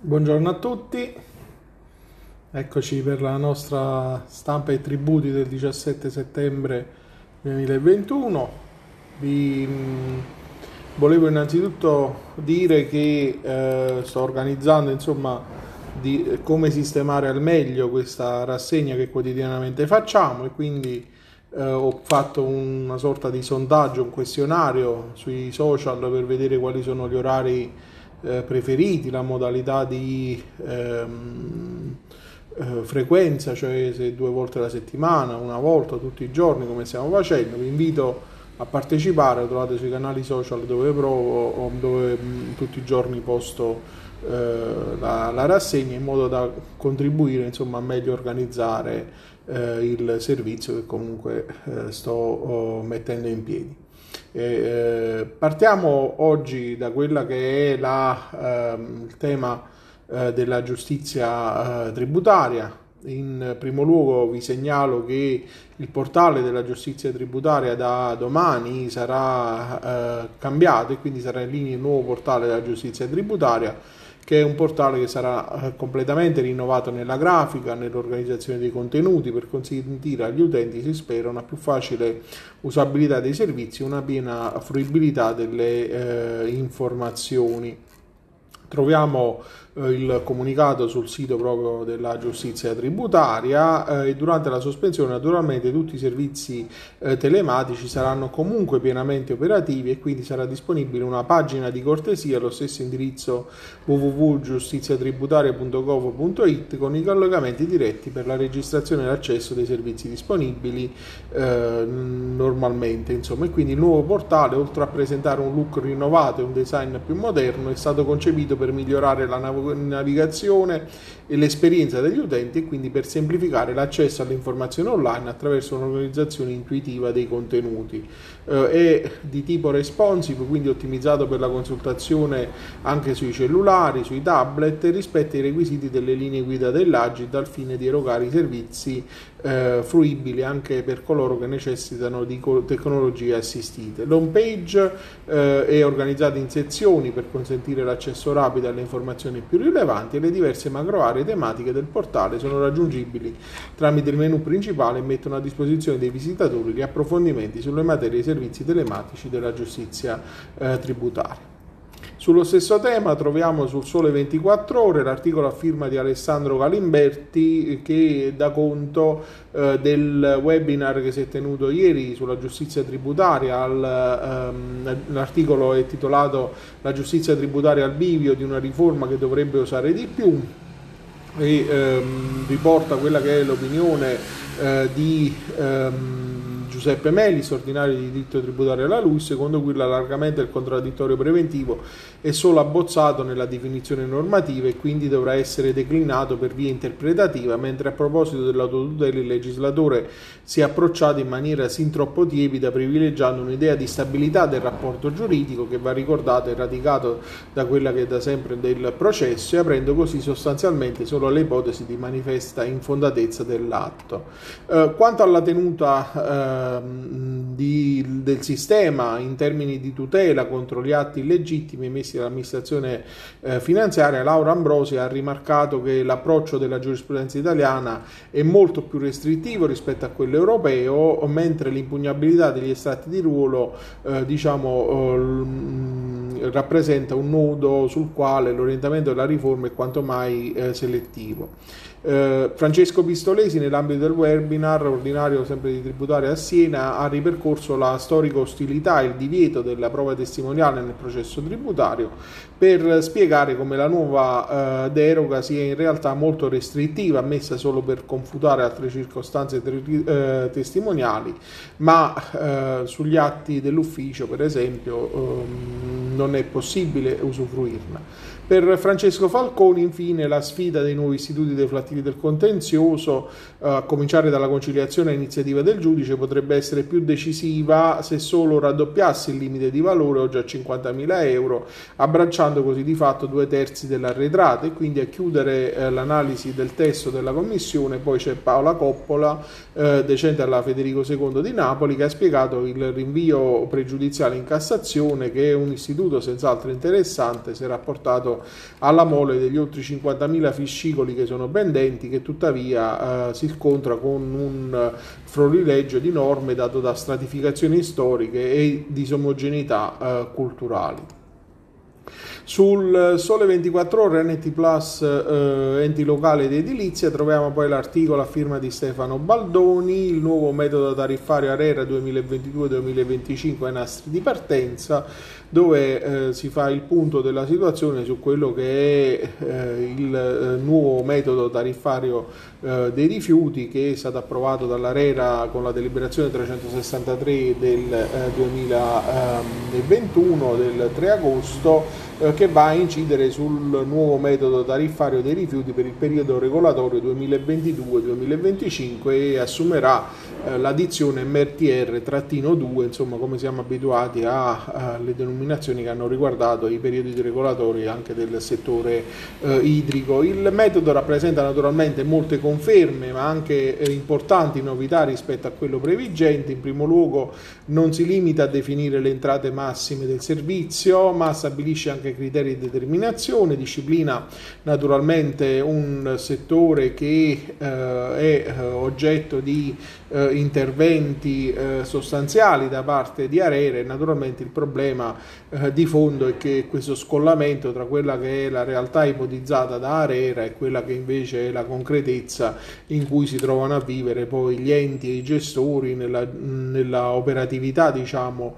Buongiorno a tutti, eccoci per la nostra stampa e tributi del 17 settembre 2021. Volevo innanzitutto dire che sto organizzando di come sistemare al meglio questa rassegna che quotidianamente facciamo, e quindi ho fatto una sorta di sondaggio, un questionario sui social per vedere quali sono gli orari preferiti, la modalità di frequenza, cioè se 2 volte alla settimana, una volta, tutti i giorni, come stiamo facendo. Vi invito a partecipare, lo trovate sui canali social dove provo o dove tutti i giorni posto la rassegna, in modo da contribuire a meglio organizzare il servizio che comunque sto mettendo in piedi. Partiamo oggi da quella che è il tema della giustizia tributaria. In primo luogo vi segnalo che il portale della giustizia tributaria da domani sarà cambiato, e quindi sarà in linea il nuovo portale della giustizia tributaria, che è un portale che sarà completamente rinnovato nella grafica, nell'organizzazione dei contenuti, per consentire agli utenti, si spera, una più facile usabilità dei servizi e una piena fruibilità delle informazioni. Troviamo il comunicato sul sito proprio della giustizia tributaria, e durante la sospensione naturalmente tutti i servizi telematici saranno comunque pienamente operativi, e quindi sarà disponibile una pagina di cortesia allo stesso indirizzo www.giustiziatributaria.gov.it con i collegamenti diretti per la registrazione e l'accesso dei servizi disponibili normalmente, e quindi il nuovo portale, oltre a presentare un look rinnovato e un design più moderno, è stato concepito per migliorare la navigazione e l'esperienza degli utenti, e quindi per semplificare l'accesso alle informazioni online attraverso un'organizzazione intuitiva dei contenuti. È di tipo responsive, quindi ottimizzato per la consultazione anche sui cellulari, sui tablet, e rispetta i requisiti delle linee guida dell'Agid al fine di erogare i servizi fruibili anche per coloro che necessitano di tecnologie assistite. L'home page è organizzata in sezioni per consentire l'accesso rapido alle informazioni più rilevanti, e le diverse macro aree tematiche del portale sono raggiungibili tramite il menu principale e mettono a disposizione dei visitatori gli approfondimenti sulle materie e i servizi telematici della giustizia tributaria. Sullo stesso tema troviamo sul Sole 24 Ore l'articolo a firma di Alessandro Galimberti, che dà conto del webinar che si è tenuto ieri sulla giustizia tributaria. L'articolo è titolato "La giustizia tributaria al bivio di una riforma che dovrebbe osare di più", e riporta quella che è l'opinione di Giuseppe Melis, ordinario di diritto tributario alla LUISS, secondo cui l'allargamento del contraddittorio preventivo è solo abbozzato nella definizione normativa e quindi dovrà essere declinato per via interpretativa, mentre a proposito dell'autotutela il legislatore si è approcciato in maniera sin troppo tiepida, privilegiando un'idea di stabilità del rapporto giuridico che, va ricordato, è radicato da quella che è da sempre del processo, e aprendo così sostanzialmente solo alle ipotesi di manifesta infondatezza dell'atto. Quanto alla tenuta del sistema in termini di tutela contro gli atti illegittimi emessi dall'amministrazione finanziaria, Laura Ambrosi ha rimarcato che l'approccio della giurisprudenza italiana è molto più restrittivo rispetto a quello europeo, mentre l'impugnabilità degli estratti di ruolo rappresenta un nodo sul quale l'orientamento della riforma è quanto mai selettivo. Francesco Pistolesi, nell'ambito del webinar, ordinario sempre di tributaria a Siena, ha ripercorso la storica ostilità e il divieto della prova testimoniale nel processo tributario, per spiegare come la nuova deroga sia in realtà molto restrittiva, ammessa solo per confutare altre circostanze testimoniali, ma sugli atti dell'ufficio, per esempio, non è possibile usufruirne. Per Francesco Falconi, infine, la sfida dei nuovi istituti deflattivi del contenzioso, a cominciare dalla conciliazione a iniziativa del giudice, potrebbe essere più decisiva se solo raddoppiasse il limite di valore, oggi a 50.000 euro, abbracciando così di fatto 2/3 dell'arretrato. E quindi, a chiudere l'analisi del testo della commissione, poi c'è Paola Coppola, decente alla Federico II di Napoli, che ha spiegato il rinvio pregiudiziale in Cassazione, che è un istituto contenuto senz'altro interessante se rapportato alla mole degli oltre 50.000 fascicoli che sono pendenti, che tuttavia si scontra con un florilegio di norme dato da stratificazioni storiche e disomogeneità culturali. Sul Sole 24 Ore NT Plus enti locali ed edilizia troviamo poi l'articolo a firma di Stefano Baldoni, il nuovo metodo tariffario ARERA 2022-2025 ai nastri di partenza, dove si fa il punto della situazione su quello che è il nuovo metodo tariffario dei rifiuti, che è stato approvato dall'ARERA con la deliberazione 363 del 2021 del 3 agosto, che va a incidere sul nuovo metodo tariffario dei rifiuti per il periodo regolatorio 2022-2025 e assumerà l'addizione MRTR-2, insomma, come siamo abituati alle denominazioni che hanno riguardato i periodi regolatori anche del settore idrico. Il metodo rappresenta naturalmente molte conferme, ma anche importanti novità rispetto a quello previgente. In primo luogo non si limita a definire le entrate massime del servizio, ma stabilisce anche criteri di determinazione, disciplina naturalmente un settore che è oggetto di interventi sostanziali da parte di ARERA, e naturalmente il problema di fondo è che questo scollamento tra quella che è la realtà ipotizzata da ARERA e quella che invece è la concretezza in cui si trovano a vivere poi gli enti e i gestori nella operatività, diciamo,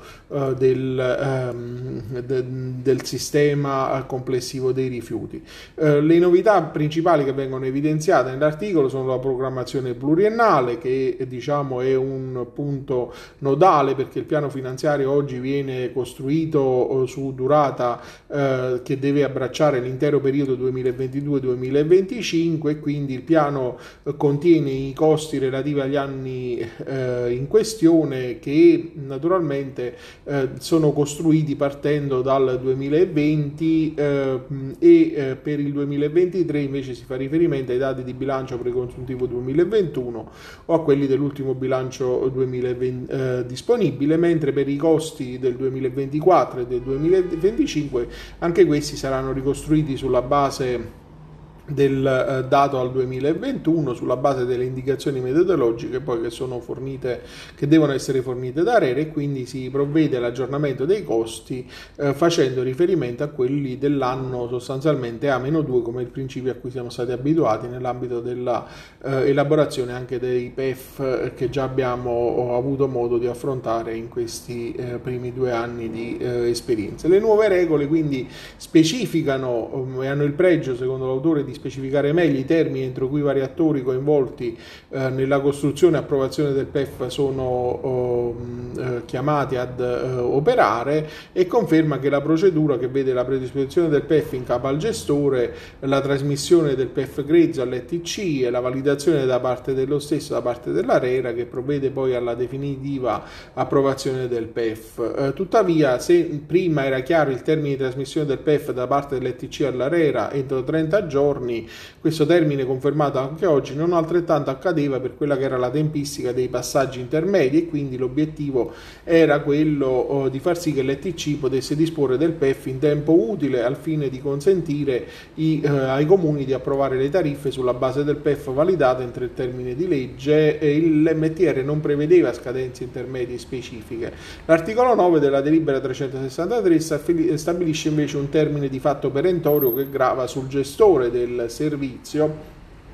del sistema complessivo dei rifiuti. Le novità principali che vengono evidenziate nell'articolo sono la programmazione pluriennale, che diciamo è un punto nodale, perché il piano finanziario oggi viene costruito su durata che deve abbracciare l'intero periodo 2022-2025, e quindi il piano contiene i costi relativi agli anni in questione, che naturalmente sono costruiti partendo dal 2020 e per il 2023 invece si fa riferimento ai dati di bilancio preconsuntivo 2021 o a quelli dell'ultimo bilancio 2020 disponibile, mentre per i costi del 2024 e del 2025 anche questi saranno ricostruiti sulla base del dato al 2021, sulla base delle indicazioni metodologiche poi che sono fornite, che devono essere fornite da ARERA, e quindi si provvede all'aggiornamento dei costi facendo riferimento a quelli dell'anno sostanzialmente A-2, come il principio a cui siamo stati abituati nell'ambito della elaborazione anche dei PEF che già abbiamo avuto modo di affrontare in questi primi 2 anni di esperienza. Le nuove regole quindi specificano e hanno il pregio, secondo l'autore, di specificare meglio i termini entro cui i vari attori coinvolti nella costruzione e approvazione del PEF sono chiamati ad operare, e conferma che la procedura che vede la predisposizione del PEF in capo al gestore, la trasmissione del PEF grezzo all'ETC e la validazione da parte dello stesso da parte dell'ARERA, che provvede poi alla definitiva approvazione del PEF. Tuttavia, se prima era chiaro il termine di trasmissione del PEF da parte dell'ETC all'ARERA entro 30 giorni, questo termine, confermato anche oggi, non altrettanto accadeva per quella che era la tempistica dei passaggi intermedi, e quindi l'obiettivo era quello di far sì che l'ETC potesse disporre del PEF in tempo utile al fine di consentire ai comuni di approvare le tariffe sulla base del PEF validato entro il termine di legge, e l'MTR non prevedeva scadenze intermedie specifiche. L'articolo 9 della delibera 363 stabilisce invece un termine di fatto perentorio che grava sul gestore del servizio,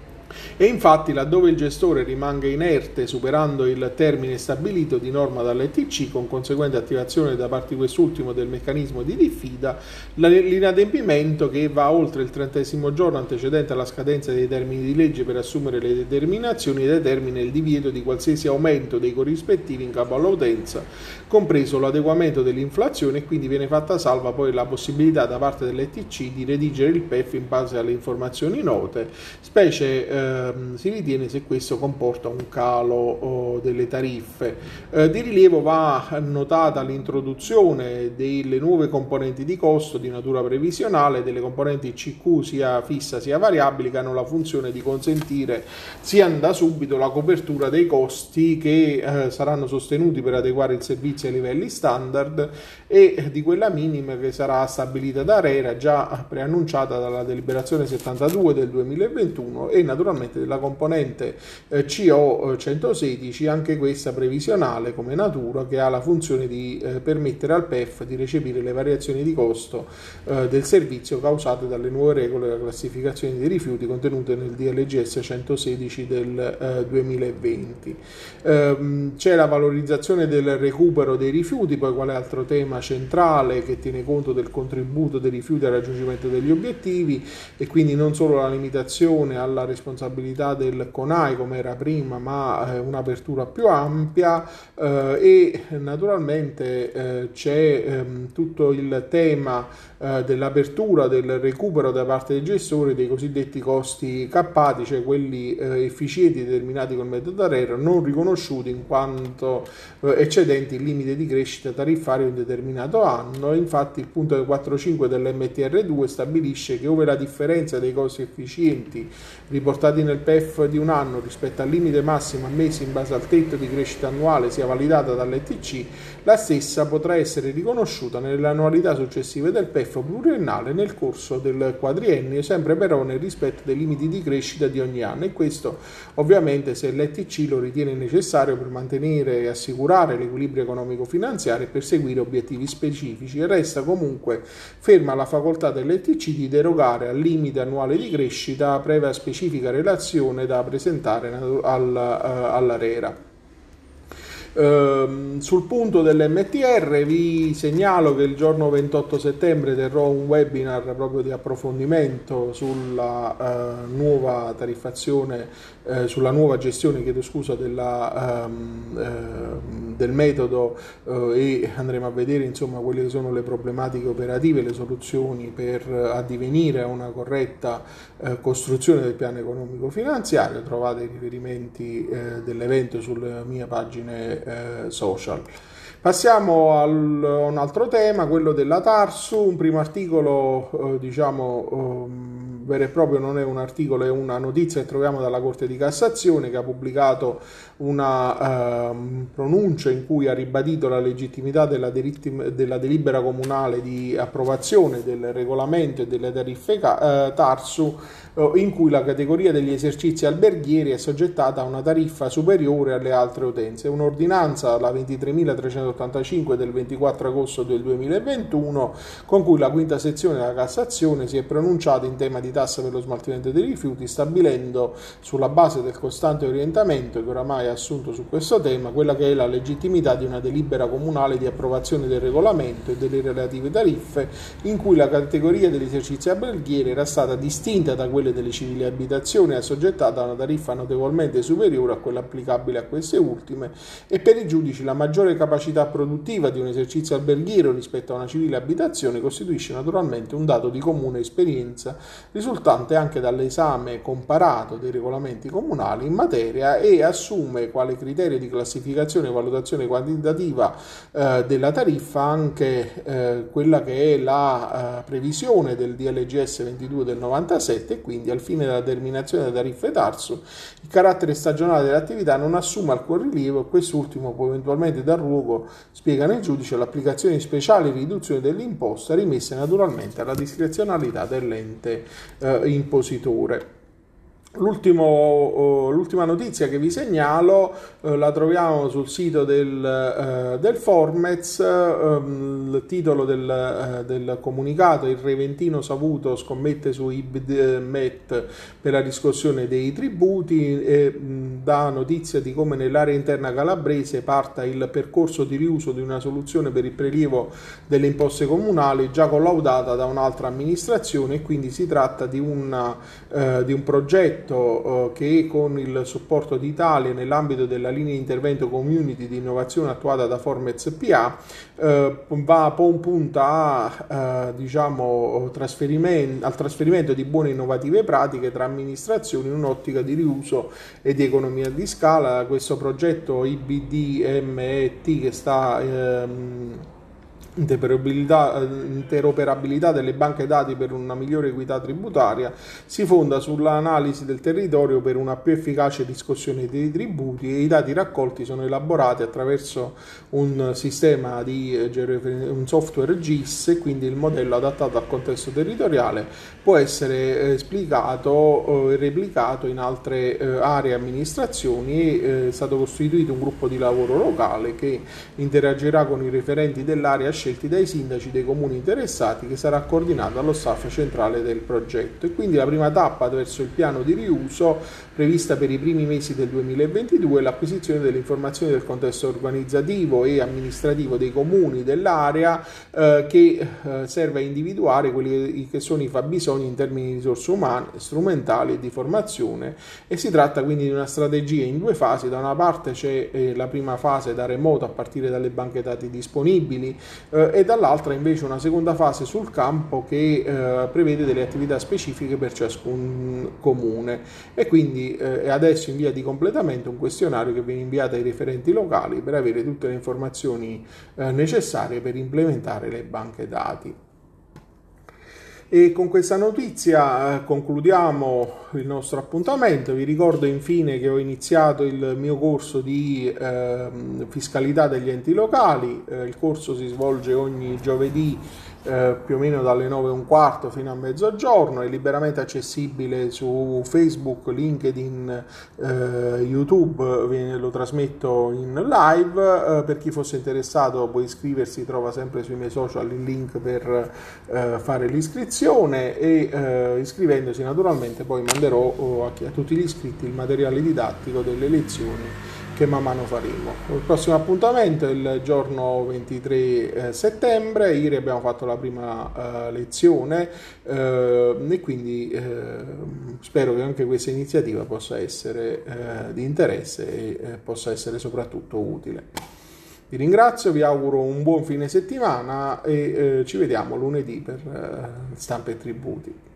e infatti laddove il gestore rimanga inerte superando il termine stabilito di norma dall'ETC, con conseguente attivazione da parte di quest'ultimo del meccanismo di diffida, l'inadempimento che va oltre il 30° giorno antecedente alla scadenza dei termini di legge per assumere le determinazioni determina il divieto di qualsiasi aumento dei corrispettivi in capo all'utenza, compreso l'adeguamento dell'inflazione, e quindi viene fatta salva poi la possibilità da parte dell'ETC di redigere il PEF in base alle informazioni note, specie si ritiene se questo comporta un calo delle tariffe. Di rilievo va notata l'introduzione delle nuove componenti di costo di natura previsionale, delle componenti CQ sia fissa sia variabili, che hanno la funzione di consentire sin da subito la copertura dei costi che saranno sostenuti per adeguare il servizio ai livelli standard e di quella minima che sarà stabilita da ARERA, già preannunciata dalla deliberazione 72 del 2021, e naturalmente della componente CO 116, anche questa previsionale come natura, che ha la funzione di permettere al PEF di recepire le variazioni di costo del servizio causate dalle nuove regole della classificazione dei rifiuti contenute nel DLGS 116 del 2020. C'è la valorizzazione del recupero dei rifiuti, poi quale altro tema centrale che tiene conto del contributo dei rifiuti al raggiungimento degli obiettivi, e quindi non solo la limitazione alla responsabilità del CONAI come era prima, ma un'apertura più ampia, e naturalmente c'è tutto il tema dell'apertura del recupero da parte dei gestori dei cosiddetti costi cappati, cioè quelli efficienti determinati col metodo ARERA, non riconosciuti in quanto eccedenti il limite di crescita tariffario in determinato anno. Infatti il punto 4.5 dell'MTR2 stabilisce che ove la differenza dei costi efficienti riportati nel PEF di un anno rispetto al limite massimo ammesso in base al tetto di crescita annuale sia validata dall'ETC, la stessa potrà essere riconosciuta nelle annualità successive del PEF pluriennale nel corso del quadriennio, sempre però nel rispetto dei limiti di crescita di ogni anno, e questo ovviamente se l'ETC lo ritiene necessario per mantenere e assicurare l'equilibrio economico-finanziario e perseguire obiettivi specifici, e resta comunque ferma la facoltà dell'ETC di derogare al limite annuale di crescita previa specifica relazione da presentare all'ARERA. Sul punto dell'MTR vi segnalo che il giorno 28 settembre terrò un webinar proprio di approfondimento sulla nuova tariffazione, sulla nuova gestione del metodo, e andremo a vedere insomma quelle che sono le problematiche operative, le soluzioni per addivenire a una corretta costruzione del piano economico finanziario. Trovate i riferimenti dell'evento sulle mie pagine social. Passiamo a un altro tema, quello della TARSU. Un primo articolo, vero e proprio, non è un articolo, è una notizia che troviamo dalla Corte di Cassazione, che ha pubblicato una pronuncia in cui ha ribadito la legittimità della delibera comunale di approvazione del regolamento e delle tariffe TARSU, in cui la categoria degli esercizi alberghieri è soggettata a una tariffa superiore alle altre utenze. Un'ordinanza, la 23.385 del 24 agosto del 2021, con cui la quinta sezione della Cassazione si è pronunciata in tema di tassa per lo smaltimento dei rifiuti, stabilendo sulla base del costante orientamento che oramai ha assunto su questo tema quella che è la legittimità di una delibera comunale di approvazione del regolamento e delle relative tariffe, in cui la categoria degli esercizi alberghieri era stata distinta da quelle delle civili abitazioni e assoggettata a una tariffa notevolmente superiore a quella applicabile a queste ultime, e per i giudici la maggiore capacità produttiva di un esercizio alberghiero rispetto a una civile abitazione costituisce naturalmente un dato di comune esperienza risultante anche dall'esame comparato dei regolamenti comunali in materia, e assume quale criterio di classificazione e valutazione quantitativa della tariffa anche quella che è la previsione del DLGS 22 del 97, e quindi al fine della determinazione delle tariffe TARSU il carattere stagionale dell'attività non assume alcun rilievo, e quest'ultimo può eventualmente dar luogo, spiegano i giudici, all'applicazione di speciali riduzioni dell'imposta, rimesse naturalmente alla discrezionalità dell'ente impositore. L'ultima notizia che vi segnalo la troviamo sul sito del Formez. Il titolo del comunicato: il Reventino Savuto scommette su IBMET per la riscossione dei tributi, e dà notizia di come nell'area interna calabrese parta il percorso di riuso di una soluzione per il prelievo delle imposte comunali già collaudata da un'altra amministrazione, e quindi si tratta di un progetto progetto che con il supporto di Italia nell'ambito della linea di intervento community di innovazione attuata da Formez PA punta a, al trasferimento di buone innovative pratiche tra amministrazioni in un'ottica di riuso e di economia di scala. Questo progetto IBDMET, che sta interoperabilità delle banche dati per una migliore equità tributaria, si fonda sull'analisi del territorio per una più efficace riscossione dei tributi, e i dati raccolti sono elaborati attraverso un sistema un software GIS, e quindi il modello adattato al contesto territoriale può essere esplicato e replicato in altre aree e amministrazioni. È stato costituito un gruppo di lavoro locale che interagirà con i referenti dell'area scelti dai sindaci dei comuni interessati, che sarà coordinato dallo staff centrale del progetto. E quindi la prima tappa verso il piano di riuso, prevista per i primi mesi del 2022, è l'acquisizione delle informazioni del contesto organizzativo e amministrativo dei comuni dell'area, che serve a individuare quelli che sono i fabbisogni in termini di risorse umane, strumentali e di formazione. E si tratta quindi di una strategia in due fasi. Da una parte c'è la prima fase da remoto a partire dalle banche dati disponibili, e dall'altra invece una seconda fase sul campo che prevede delle attività specifiche per ciascun comune. E quindi è adesso in via di completamento un questionario che viene inviato ai referenti locali per avere tutte le informazioni necessarie per implementare le banche dati. E con questa notizia concludiamo il nostro appuntamento. Vi ricordo infine che ho iniziato il mio corso di fiscalità degli enti locali. Il corso si svolge ogni giovedì più o meno dalle 9:15 fino a mezzogiorno, è liberamente accessibile su Facebook, LinkedIn, YouTube, lo trasmetto in live. Per chi fosse interessato può iscriversi, trova sempre sui miei social il link per fare l'iscrizione, e iscrivendosi naturalmente poi manderò a tutti gli iscritti il materiale didattico delle lezioni che man mano faremo. Il prossimo appuntamento è il giorno 23 settembre. Ieri abbiamo fatto la prima lezione, e quindi spero che anche questa iniziativa possa essere di interesse e possa essere soprattutto utile. Vi ringrazio, vi auguro un buon fine settimana e ci vediamo lunedì per Stampa e Tributi.